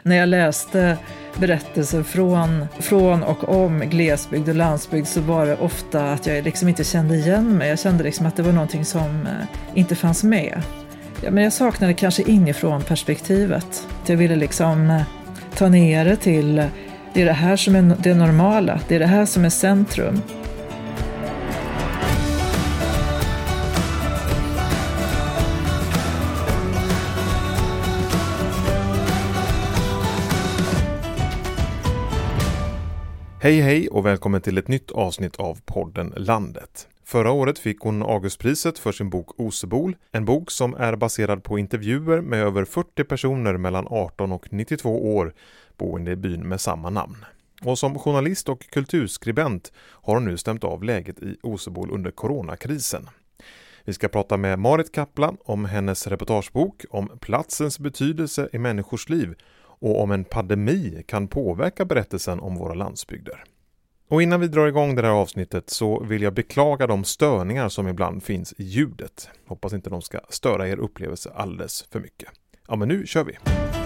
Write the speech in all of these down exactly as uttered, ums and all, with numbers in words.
när jag läste berättelser från, från och om glesbygd och landsbygd så var det ofta att jag liksom inte kände igen mig. Jag kände liksom att det var någonting som inte fanns med. Ja, men jag saknade kanske inifrån perspektivet. Jag ville liksom ta ner det till det är det här som är det normala, det är det här som är centrum. Hej hej och välkommen till ett nytt avsnitt av podden Landet. Förra året fick hon Augustpriset för sin bok Osebol, en bok som är baserad på intervjuer med över fyrtio personer mellan arton och nittiotvå år boende i byn med samma namn. Och som journalist och kulturskribent har hon nu stämt av läget i Osebol under coronakrisen. Vi ska prata med Marit Kapla om hennes reportagebok, om platsens betydelse i människors liv och om en pandemi kan påverka berättelsen om våra landsbygder. Och innan vi drar igång det här avsnittet så vill jag beklaga de störningar som ibland finns i ljudet. Hoppas inte de ska störa er upplevelse alldeles för mycket. Ja, men nu kör vi!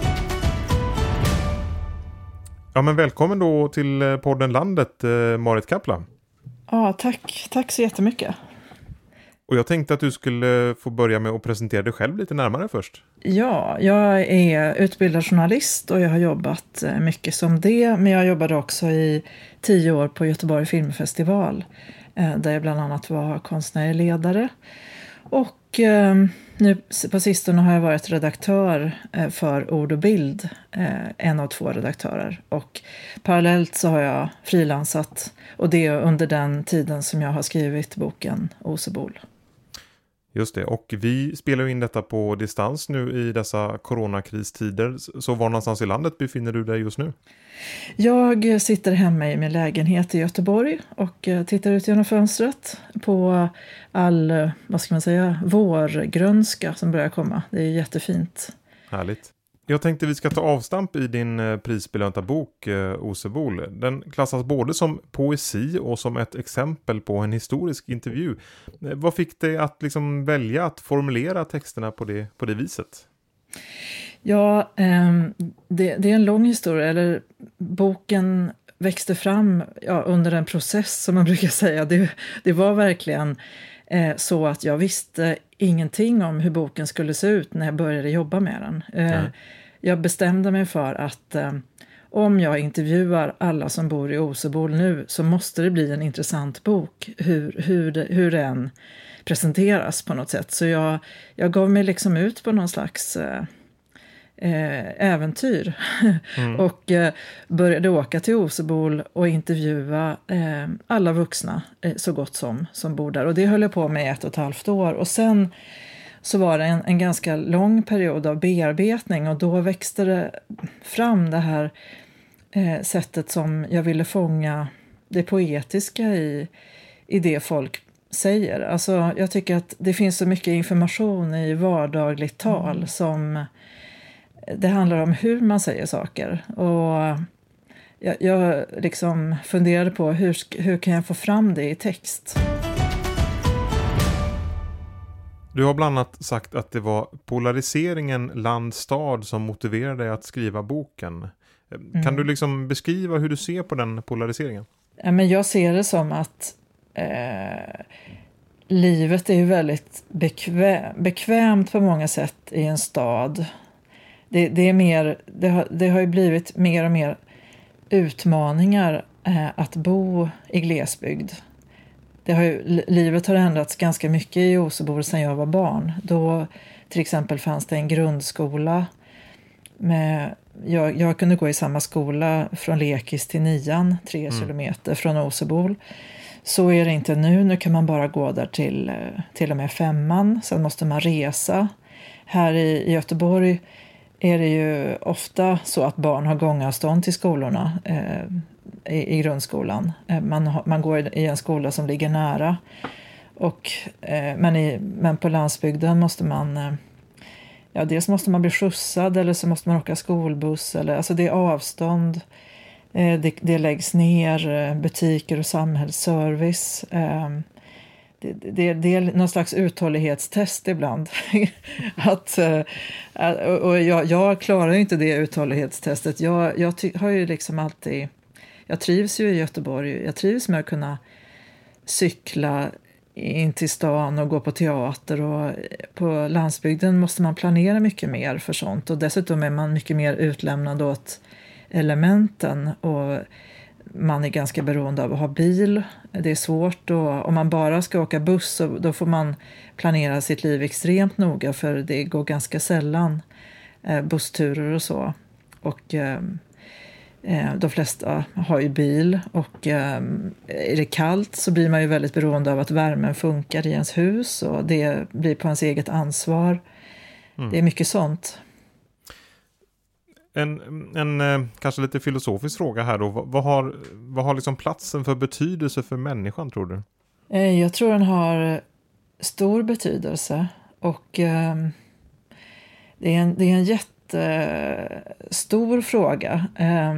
Ja, men välkommen då till podden Landet, Marit Kapla. Ja, tack. Tack så jättemycket. Och jag tänkte att du skulle få börja med att presentera dig själv lite närmare först. Ja, jag är utbildad journalist och jag har jobbat mycket som det. Men jag jobbade också i tio år på Göteborg Filmfestival. Där jag bland annat var konstnärlig ledare. Och nu på sistone har jag varit redaktör för Ord och bild. En av två redaktörer. Och parallellt så har jag frilansat. Och det är under den tiden som jag har skrivit boken Osebol. Just det, och vi spelar in detta på distans nu i dessa coronakristider. Så var någonstans i landet befinner du dig just nu? Jag sitter hemma i min lägenhet i Göteborg och tittar ut genom fönstret på all, vad ska man säga, vårgrönska som börjar komma. Det är jättefint. Härligt. Jag tänkte vi ska ta avstamp i din prisbelönta bok Osebol. Den klassas både som poesi och som ett exempel på en historisk intervju. Vad fick dig att liksom välja att formulera texterna på det, på det viset? Ja, eh, det, det är en lång historia. Eller boken växte fram ja, under en process som man brukar säga. Det, det var verkligen eh, så att jag visste ingenting om hur boken skulle se ut när jag började jobba med den. Eh, mm. Jag bestämde mig för att eh, om jag intervjuar alla som bor i Osebol nu så måste det bli en intressant bok hur, hur, det, hur den presenteras på något sätt. Så jag, jag gav mig liksom ut på någon slags eh, eh, äventyr mm. och eh, började åka till Osebol och intervjua eh, alla vuxna eh, så gott som, som bor där. Och det höll jag på med ett och ett halvt år och sen så var det en, en ganska lång period av bearbetning och då växte det fram det här eh, sättet som jag ville fånga det poetiska i, i det folk säger. Alltså jag tycker att det finns så mycket information i vardagligt tal mm. som det handlar om hur man säger saker. Och jag, jag liksom funderade på hur, hur kan jag få fram det i text. Du har bland annat sagt att det var polariseringen land-stad som motiverade dig att skriva boken. Mm. Kan du liksom beskriva hur du ser på den polariseringen? Ja, men jag ser det som att eh, livet är ju väldigt bekväm, bekvämt på många sätt i en stad. Det, det, är mer, det, har, det har ju blivit mer och mer utmaningar eh, att bo i glesbygd. Det har ju, livet har ändrats ganska mycket i Osebol sedan jag var barn. Då till exempel fanns det en grundskola. Med, jag, jag kunde gå i samma skola från lekis till nian, tre mm. kilometer från Osebol. Så är det inte nu. Nu kan man bara gå där till, till och med femman. Sen måste man resa. Här i, i Göteborg är det ju ofta så att barn har gångavstånd till skolorna eh, i, i grundskolan. Eh, man, man går i en skola som ligger nära. Och, eh, men, i, men på landsbygden måste man... Eh, ja, dels måste man bli skjutsad eller så måste man åka skolbuss. Eller, alltså det är avstånd. Eh, det, det läggs ner butiker och samhällsservice. Eh, det, det, det är någon slags uthållighetstest ibland. att, och jag, jag klarar ju inte det uthållighetstestet. Jag, jag ty, har ju liksom alltid... Jag trivs ju i Göteborg. Jag trivs med att kunna cykla in till stan och gå på teater. Och på landsbygden måste man planera mycket mer för sånt. Och dessutom är man mycket mer utlämnad åt elementen. Och man är ganska beroende av att ha bil. Det är svårt. Och om man bara ska åka buss så då får man planera sitt liv extremt noga. För det går ganska sällan eh, bussturer och så. Och... Eh, De flesta har ju bil och eh, är det kallt så blir man ju väldigt beroende av att värmen funkar i ens hus och det blir på ens eget ansvar. Mm. Det är mycket sånt. En, en kanske lite filosofisk fråga här då. Vad har, vad har liksom platsen för betydelse för människan, tror du? Jag tror den har stor betydelse och eh, det är en, det är en jätte stor fråga.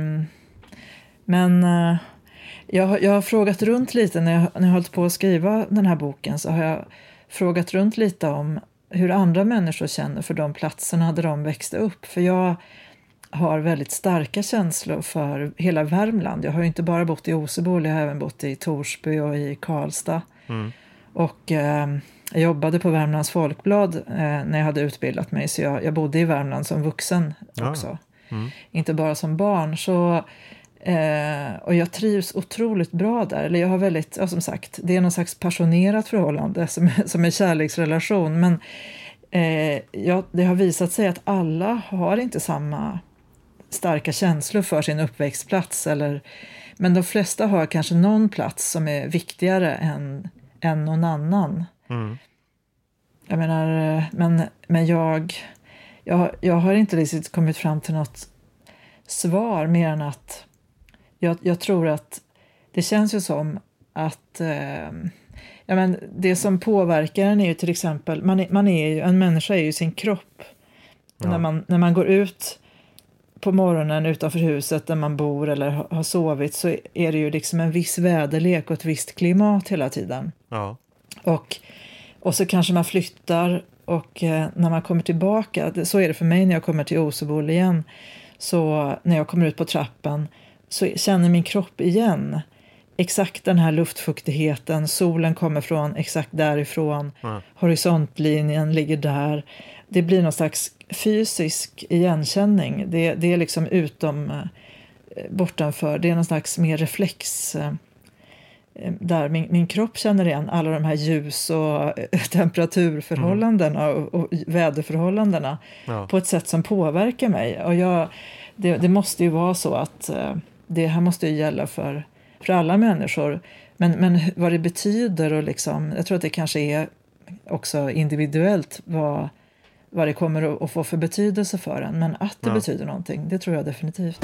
Men jag, jag har frågat runt lite när jag, när jag hållit på att skriva den här boken, så har jag frågat runt lite om hur andra människor känner för de platserna där de växte upp. För jag har väldigt starka känslor för hela Värmland. Jag har ju inte bara bott i Osebol, jag har även bott i Torsby och i Karlstad. Mm. Och eh, jag jobbade på Värmlands Folkblad eh, när jag hade utbildat mig. Så jag, jag bodde i Värmland som vuxen också. Ja. Mm. Inte bara som barn. Så, eh, och jag trivs otroligt bra där. Eller jag har väldigt, ja, som sagt, det är någon slags passionerat förhållande som, som en kärleksrelation. Men eh, ja, det har visat sig att alla har inte samma starka känslor för sin uppväxtplats. Eller, men de flesta har kanske någon plats som är viktigare än, än någon annan. Mm. Jag menar, men, men jag, jag, jag har inte riktigt kommit fram till något svar mer än att jag, jag tror att det känns ju som att eh, ja, men det som påverkar en är ju till exempel, man är, man är ju, en människa är ju sin kropp. Ja. När, man, när man går ut på morgonen utanför huset där man bor eller har, har sovit, så är det ju liksom en viss väderlek och ett visst klimat hela tiden. Ja. Och, och så kanske man flyttar och eh, när man kommer tillbaka, det, så är det för mig när jag kommer till Osebol igen, så när jag kommer ut på trappen så känner min kropp igen exakt den här luftfuktigheten, solen kommer från exakt därifrån, mm. horisontlinjen ligger där. Det blir någon slags fysisk igenkänning. Det, det är liksom utom, bortanför, det är någon slags mer reflex där min, min kropp känner igen alla de här ljus- och temperaturförhållandena mm. och, och väderförhållandena ja. På ett sätt som påverkar mig. Och jag, det, det måste ju vara så att det här måste ju gälla för, för alla människor. Men, men vad det betyder och liksom, jag tror att det kanske är också individuellt vad, vad det kommer att, att få för betydelse för en. Men att det ja. Betyder någonting, det tror jag definitivt.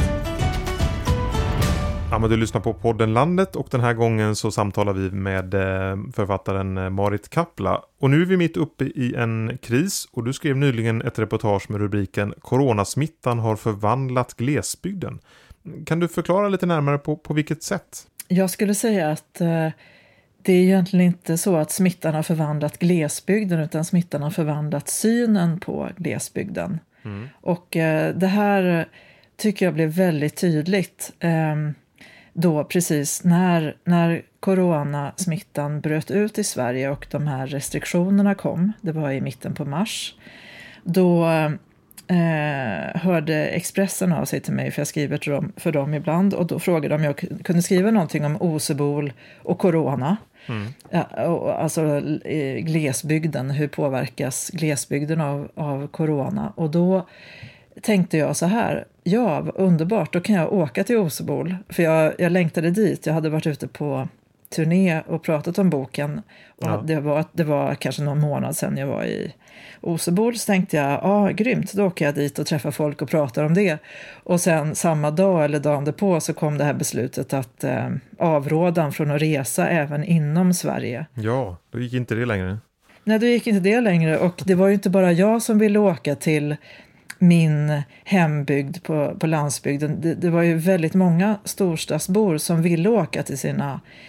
Ja, men du lyssnar på podden Landet och den här gången så samtalar vi med författaren Marit Kapla. Och nu är vi mitt uppe i en kris och du skrev nyligen ett reportage med rubriken Coronasmittan har förvandlat glesbygden. Kan du förklara lite närmare på, på vilket sätt? Jag skulle säga att eh, det är egentligen inte så att smittan har förvandlat glesbygden, utan smittan har förvandlat synen på glesbygden. Mm. Och eh, det här tycker jag blev väldigt tydligt eh, då precis när, när coronasmittan bröt ut i Sverige och de här restriktionerna kom. Det var i mitten på mars. Då eh, hörde Expressen av sig till mig, för jag skriver till dem, för dem ibland. Och då frågade de om jag kunde skriva någonting om Osebol och corona. Mm. Ja, och, alltså glesbygden, hur påverkas glesbygden av, av corona? Och då tänkte jag så här, ja, underbart, då kan jag åka till Osebol. För jag, jag längtade dit, jag hade varit ute på turné och pratat om boken. Och ja. det, var, det var kanske någon månad sedan jag var i Osebol, så tänkte jag, ja, grymt, då åker jag dit och träffar folk och pratar om det. Och sen samma dag eller dagen därpå så kom det här beslutet att eh, avrådan från att resa även inom Sverige. Ja, då gick inte det längre. Nej, då gick inte det längre, och det var ju inte bara jag som ville åka till min hembygd på, på landsbygden. Det, det var ju väldigt många storstadsbor som ville åka till sina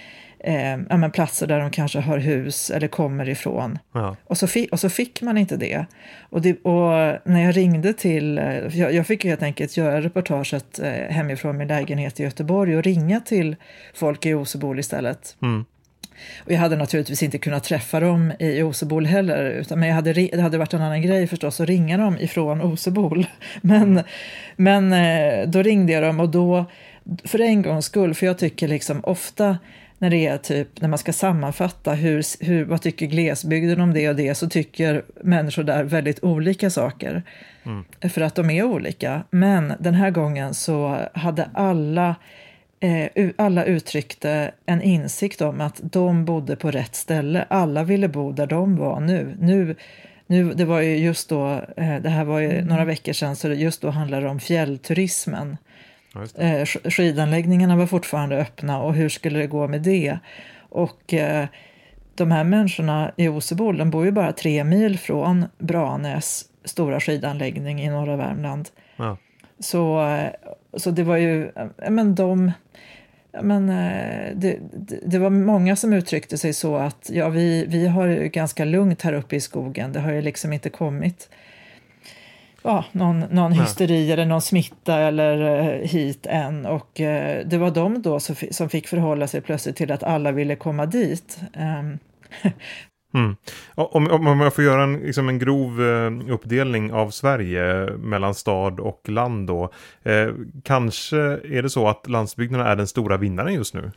eh, ja, men platser där de kanske har hus eller kommer ifrån. Ja. Och, så fi- och så fick man inte det. Och, det, och när jag ringde till, jag, jag fick helt enkelt göra reportaget eh, hemifrån min lägenhet i Göteborg och ringa till folk i Osebol istället. Mm. Och jag hade naturligtvis inte kunnat träffa dem i Osebol heller, utan men jag hade, det hade varit en annan grej förstås att ringa dem ifrån Osebol. Men, men då ringde jag dem och då, för en gångs skull, för jag tycker liksom ofta när det är typ, när man ska sammanfatta hur, hur, vad tycker glesbygden om det och det, så tycker människor där väldigt olika saker. Mm. För att de är olika. Men den här gången så hade alla alla uttryckte en insikt om att de bodde på rätt ställe. Alla ville bo där de var nu. Nu, nu det var ju just då, det här var ju mm. några veckor sedan, så just då handlade det om fjällturismen. Ja, skidanläggningarna var fortfarande öppna och hur skulle det gå med det? Och eh, de här människorna i Osebol, de bor ju bara tre mil från Branäs stora skidanläggning i norra Värmland. Ja. Så, så det var ju, men de, men det, det, det var många som uttryckte sig så att ja, vi, vi har ju ganska lugnt här uppe i skogen. Det har ju liksom inte kommit ja, någon, någon hysteri eller någon smitta eller hit än. Och det var de då som, som fick förhålla sig plötsligt till att alla ville komma dit. Mm. Om, om jag får göra en, liksom en grov eh, uppdelning av Sverige mellan stad och land då. Eh, kanske är det så att landsbygderna är den stora vinnaren just nu?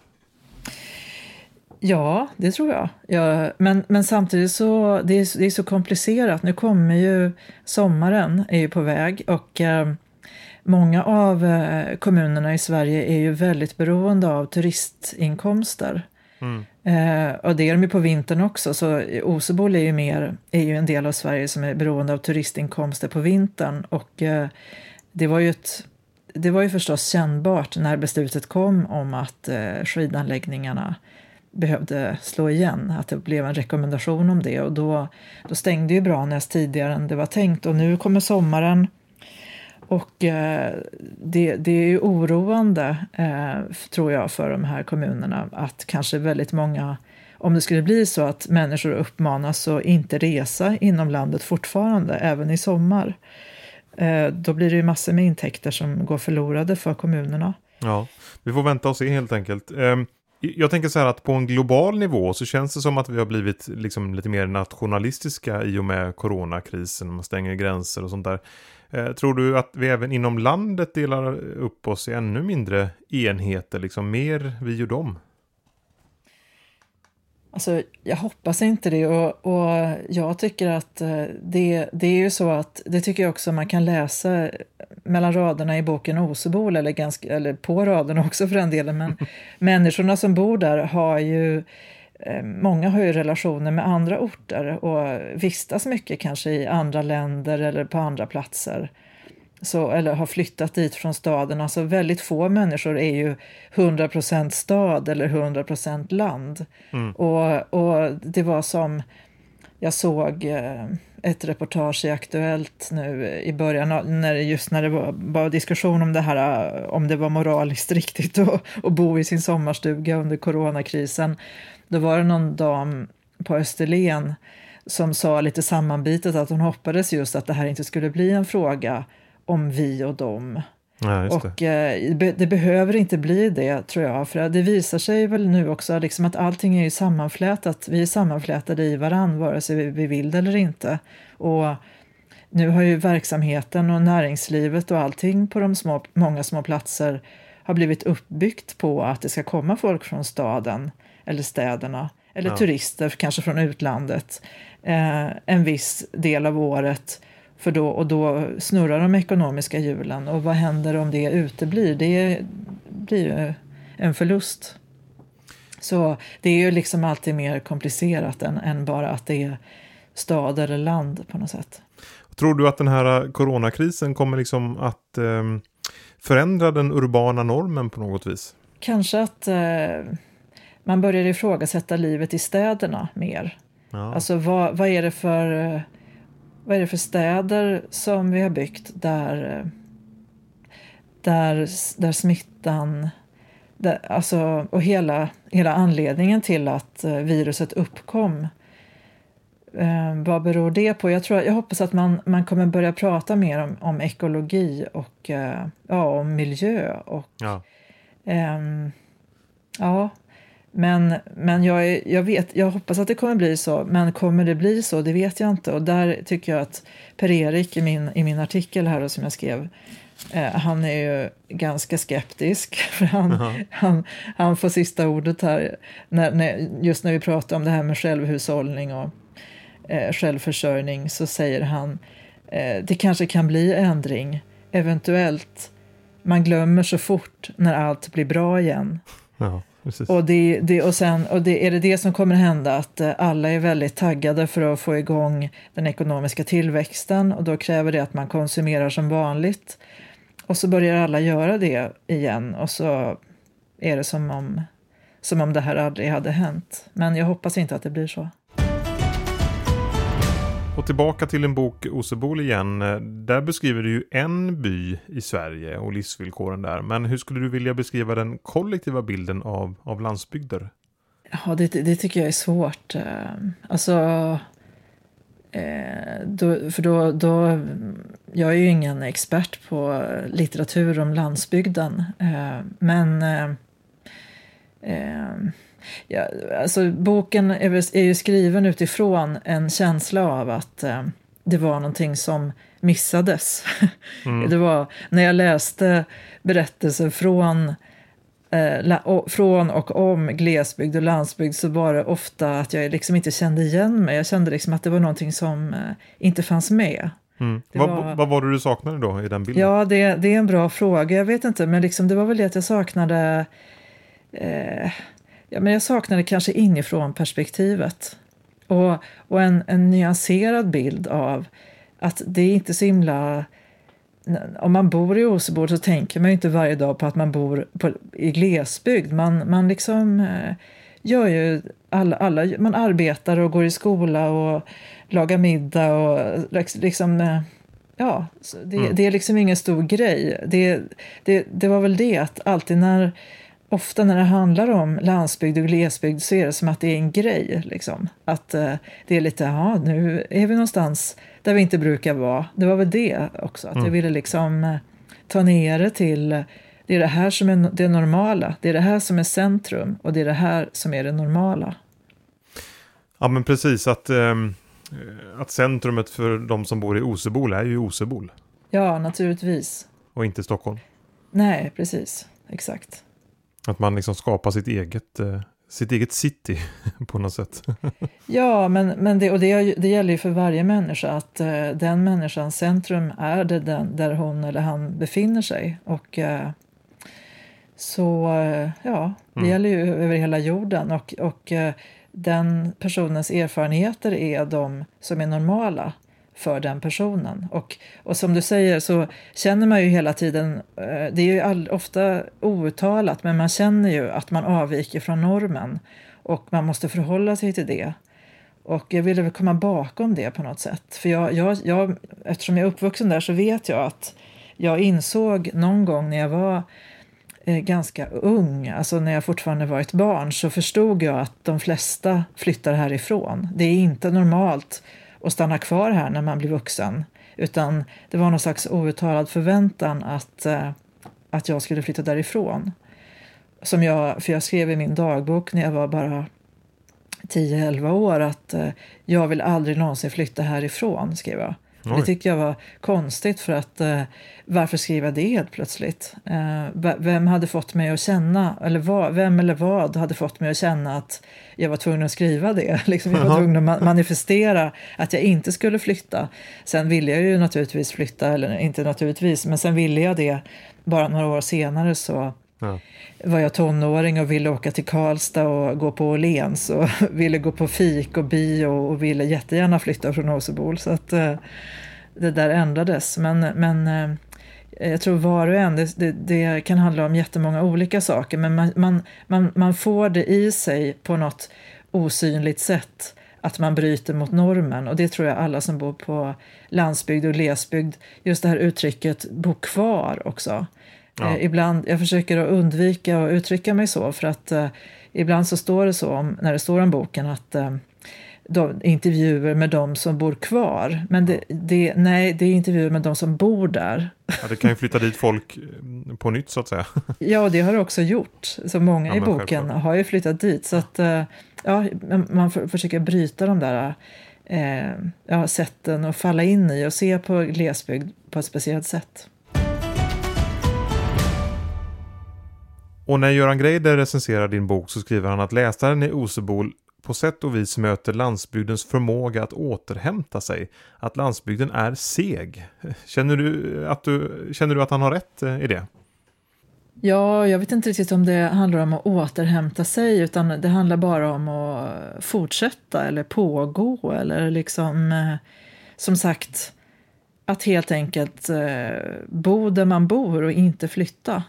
Ja, det tror jag. Ja, men, men samtidigt så det är, det är så komplicerat. Nu kommer ju sommaren är ju på väg och eh, många av eh, kommunerna i Sverige är ju väldigt beroende av turistinkomster. Mm. Eh, och det är de ju på vintern också, så Osebol är ju, mer, är ju en del av Sverige som är beroende av turistinkomster på vintern och eh, det var ju ett, det var ju förstås kännbart när beslutet kom om att eh, skidanläggningarna behövde slå igen, att det blev en rekommendation om det och då, då stängde ju Branäs tidigare än det var tänkt och nu kommer sommaren. Och eh, det, det är ju oroande, eh, tror jag, för de här kommunerna att kanske väldigt många, om det skulle bli så att människor uppmanas att inte resa inom landet fortfarande, även i sommar, eh, då blir det ju massor med intäkter som går förlorade för kommunerna. Ja, vi får vänta och se helt enkelt. Eh, jag tänker så här att på en global nivå så känns det som att vi har blivit liksom lite mer nationalistiska i och med coronakrisen, man stänger gränser och sånt där. Eh, tror du att vi även inom landet delar upp oss i ännu mindre enheter, liksom mer vi och dem? Alltså, jag hoppas inte det och, och jag tycker att det, det är ju så att det tycker jag också man kan läsa mellan raderna i boken Osebol eller, ganska, eller på raderna också för den delen, men människorna som bor där har ju många har ju relationer med andra orter och vistas mycket kanske i andra länder eller på andra platser. Så, eller har flyttat dit från staden. Alltså väldigt få människor är ju hundra procent stad eller hundra procent land. Mm. Och, och det var som jag såg ett reportage i Aktuellt nu i början, när, just när det var, var diskussion om det här, om det var moraliskt riktigt att, att bo i sin sommarstuga under coronakrisen. Då var det någon dam på Österlen som sa lite sammanbitet att hon hoppades just att det här inte skulle bli en fråga om vi och dem. Ja, just det. Och eh, det behöver inte bli det, tror jag. För det visar sig väl nu också liksom att allting är ju sammanflätat. Vi är sammanflätade i varann, vare sig vi vill det eller inte. Och nu har ju verksamheten och näringslivet och allting på de små, många små platser har blivit uppbyggt på att det ska komma folk från staden eller städerna. Eller ja. turister, kanske från utlandet. Eh, en viss del av året. För då, och då snurrar de ekonomiska hjulen. Och vad händer om det uteblir? Det blir ju en förlust. Så det är ju liksom alltid mer komplicerat än, än bara att det är stad eller land på något sätt. Tror du att den här coronakrisen kommer liksom att eh, förändra den urbana normen på något vis? Kanske att eh, man börjar ifrågasätta livet i städerna mer. Ja. Alltså vad, vad är det för... Eh, Vad är det för städer som vi har byggt där, där, där smittan det, alltså, och hela, hela anledningen till att eh, viruset uppkom. Eh, vad beror det på? Jag, tror, jag hoppas att man, man kommer börja prata mer om, om ekologi och eh, ja, om miljö. Och, Ja. ehm, ja, men, men jag, är, jag, vet, jag hoppas att det kommer bli så. Men kommer det bli så? Det vet jag inte. Och där tycker jag att Per-Erik i min, i min artikel här som jag skrev, eh, han är ju ganska skeptisk. För han, uh-huh. han, han får sista ordet här när, när, just när vi pratar om det här med självhushållning och Eh, självförsörjning, så säger han eh, det kanske kan bli ändring, eventuellt. Man glömmer så fort när allt blir bra igen. Ja, precis. Och, det, det, och, sen, och det, är det det som kommer hända, att eh, alla är väldigt taggade för att få igång den ekonomiska tillväxten, och då kräver det att man konsumerar som vanligt, och så börjar alla göra det igen, och så är det som om, som om det här aldrig hade hänt. Men jag hoppas inte att det blir så. Och tillbaka till en bok Osebol igen. Där beskriver du ju en by i Sverige och livsvillkoren där. Men hur skulle du vilja beskriva den kollektiva bilden av, av landsbygder? Ja, det, det tycker jag är svårt. Alltså, då, för då, då, jag är ju ingen expert på litteratur om landsbygden. Men... Ja, alltså boken är, är ju skriven utifrån en känsla av att eh, det var någonting som missades. Mm. Det var när jag läste berättelser från, eh, la, och, från och om glesbygd och landsbygd, så var det ofta att jag liksom inte kände igen mig. Jag kände liksom att det var någonting som eh, inte fanns med. Mm. Vad, var, vad var det du saknade då i den bilden? Ja, det, det är en bra fråga. Jag vet inte, men liksom, det var väl det att jag saknade... Eh, Ja, men jag saknade kanske inifrån perspektivet och, och en, en nyanserad bild av att det är inte så himla... Om man bor i Osebol så tänker man ju inte varje dag på att man bor på, i glesbygd. Man, man liksom eh, gör ju alla, alla... Man arbetar och går i skola och lagar middag och liksom... Eh, ja, det, mm. det är liksom ingen stor grej. Det, det, det var väl det att alltid när... Ofta när det handlar om landsbygd och glesbygd så är det som att det är en grej. Liksom. Att eh, det är lite, ja, nu är vi någonstans där vi inte brukar vara. Det var väl det också. Att mm. jag ville liksom eh, ta ner det till, det är det här som är det normala. Det är det här som är centrum och det är det här som är det normala. Ja, men precis. Att, eh, att centrumet för de som bor i Osebol är ju Osebol. Ja, naturligtvis. Och inte Stockholm. Nej, precis. Exakt. Att man liksom skapar sitt eget, eh, sitt eget city på något sätt. Ja, men, men det, och det, det gäller ju för varje människa att eh, den människans centrum är det den, där hon eller han befinner sig. Och eh, så, eh, ja, det mm. gäller ju över hela jorden. Och, och eh, den personens erfarenheter är de som är normala för den personen. Och, och som du säger så känner man ju hela tiden, det är ju all, ofta outtalat, men man känner ju att man avviker från normen och man måste förhålla sig till det. Och jag ville väl komma bakom det på något sätt. För jag, jag, jag, eftersom jag är uppvuxen där så vet jag att jag insåg någon gång när jag var eh, ganska ung, alltså när jag fortfarande var ett barn, så förstod jag att de flesta flyttar härifrån. Det är inte normalt och stanna kvar här när man blir vuxen. Utan det var någon slags outtalad förväntan att, eh, att jag skulle flytta därifrån. Som jag, för jag skrev i min dagbok när jag var bara tio elva år att eh, jag vill aldrig någonsin flytta härifrån, skrev jag. Det tyckte jag var konstigt, för att eh, varför skriva det helt plötsligt? Eh, vem hade fått mig att känna, eller vad, vem eller vad hade fått mig att känna att jag var tvungen att skriva det? Liksom, jag var tvungen att manifestera att jag inte skulle flytta. Sen ville jag ju naturligtvis flytta, eller inte naturligtvis, men sen ville jag det bara några år senare. Så ja. Var jag tonåring och ville åka till Karlstad och gå på Åhléns och ville gå på fik och bio och ville jättegärna flytta från Osebol. Så att eh, det där ändrades. Men, men eh, jag tror var och en, det, det, det kan handla om jättemånga olika saker. Men man, man, man, man får det i sig på något osynligt sätt att man bryter mot normen. Och det tror jag alla som bor på landsbygd och glesbygd, just det här uttrycket bo kvar också. Ja. Eh, ibland, jag försöker att undvika att uttrycka mig så, för att eh, ibland så står det så om, när det står om boken att eh, de, intervjuer med de som bor kvar. Men det, det, nej, det är intervjuer med de som bor där. Ja, det kan ju flytta dit folk på nytt så att säga. Ja, det har det också gjort. Så många ja, i boken självklart. Har ju flyttat dit. Så att eh, ja, man får försöka bryta de där eh, ja, sätten och falla in i och se på glesbygd på ett speciellt sätt. Och när Göran Greider recenserar din bok så skriver han att läsaren i Osebol på sätt och vis möter landsbygdens förmåga att återhämta sig. Att landsbygden är seg. Känner du att, du, känner du att han har rätt i det? Ja, jag vet inte riktigt om det handlar om att återhämta sig, utan det handlar bara om att fortsätta eller pågå eller liksom, som sagt, att helt enkelt bo där man bor och inte flytta.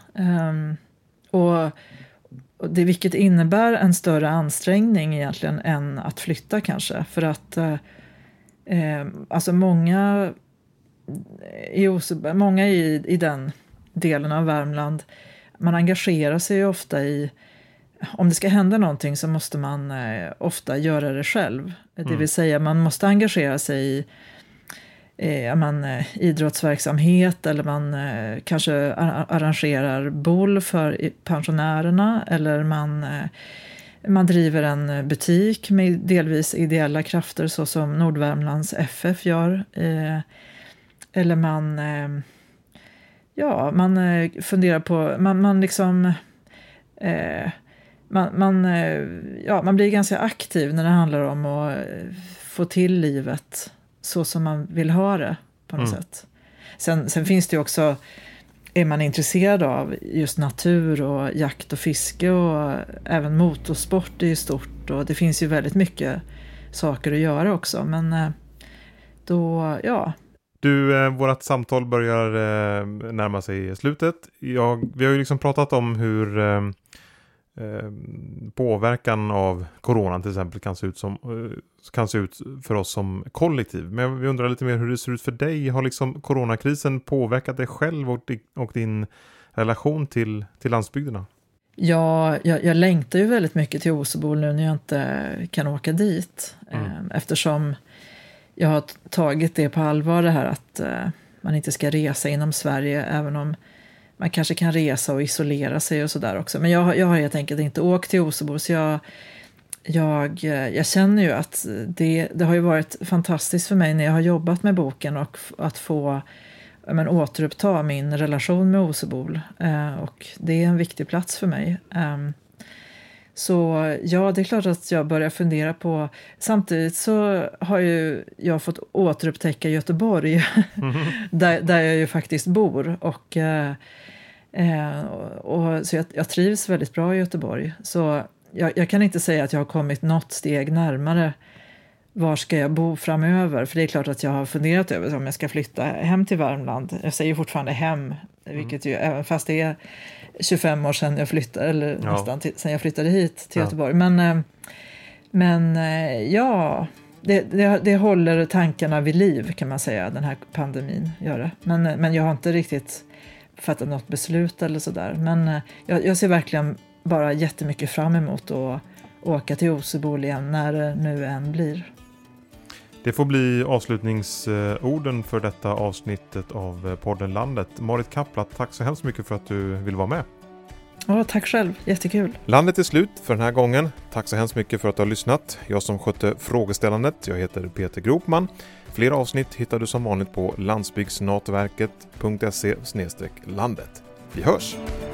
Och det, vilket innebär en större ansträngning egentligen än att flytta kanske. För att eh, alltså många, i, många i, i den delen av Värmland, man engagerar sig ju ofta i, om det ska hända någonting så måste man eh, ofta göra det själv. Mm. Det vill säga man måste engagera sig i Eh, man, eh, idrottsverksamhet, eller man eh, kanske ar- arrangerar boll för pensionärerna, eller man, eh, man driver en butik med delvis ideella krafter så som Nordvärmlands F F gör, eh, eller man eh, ja, man eh, funderar på man, man liksom eh, man, man, eh, ja, man blir ganska aktiv när det handlar om att eh, få till livet så som man vill ha det på något mm. sätt. Sen, sen finns det ju också, är man intresserad av just natur och jakt och fiske och även motorsport är ju stort, och det finns ju väldigt mycket saker att göra också, men då, ja. Du, eh, vårat samtal börjar eh, närma sig slutet. Jag, vi har ju liksom pratat om hur eh, eh, påverkan av coronan till exempel kan se ut som eh, kan se ut för oss som kollektiv. Men vi undrar lite mer hur det ser ut för dig. Har liksom coronakrisen påverkat dig själv och, och din relation till, till landsbygderna? Ja, jag, jag längtar ju väldigt mycket till Osebol nu när jag inte kan åka dit. Mm. Eftersom jag har tagit det på allvar, det här att uh, man inte ska resa inom Sverige, även om man kanske kan resa och isolera sig och sådär också. Men jag, jag har helt enkelt inte åkt till Osebol, så jag Jag, jag känner ju att det, det har ju varit fantastiskt för mig när jag har jobbat med boken och att få men, återuppta min relation med Osebol. Eh, och det är en viktig plats för mig. Eh, så ja, det är klart att jag börjar fundera på... Samtidigt så har ju jag fått återupptäcka Göteborg mm-hmm. där, där jag ju faktiskt bor. Och, eh, och, och, så jag, jag trivs väldigt bra i Göteborg. Så... Jag, jag kan inte säga att jag har kommit något steg närmare var ska jag bo framöver. För det är klart att jag har funderat över om jag ska flytta hem till Värmland. Jag säger fortfarande hem, vilket ju, även fast det är tjugofem år sedan jag flyttade, eller ja. nästan till, sedan jag flyttade hit till ja. Göteborg. Men, men ja, det, det, det håller tankarna vid liv kan man säga, den här pandemin gör det. Men, men jag har inte riktigt fattat något beslut eller sådär. Men jag, jag ser verkligen bara jättemycket fram emot att åka till Osebol igen när det nu än blir. Det får bli avslutningsorden för detta avsnittet av podden Landet. Marit Kaplat, tack så hemskt mycket för att du vill vara med. Ja, tack själv. Jättekul. Landet är slut för den här gången. Tack så hemskt mycket för att du har lyssnat. Jag som skötte frågeställandet, jag heter Peter Gropman. Fler avsnitt hittar du som vanligt på landsbygdsnätverket punkt se slash landet. Vi hörs!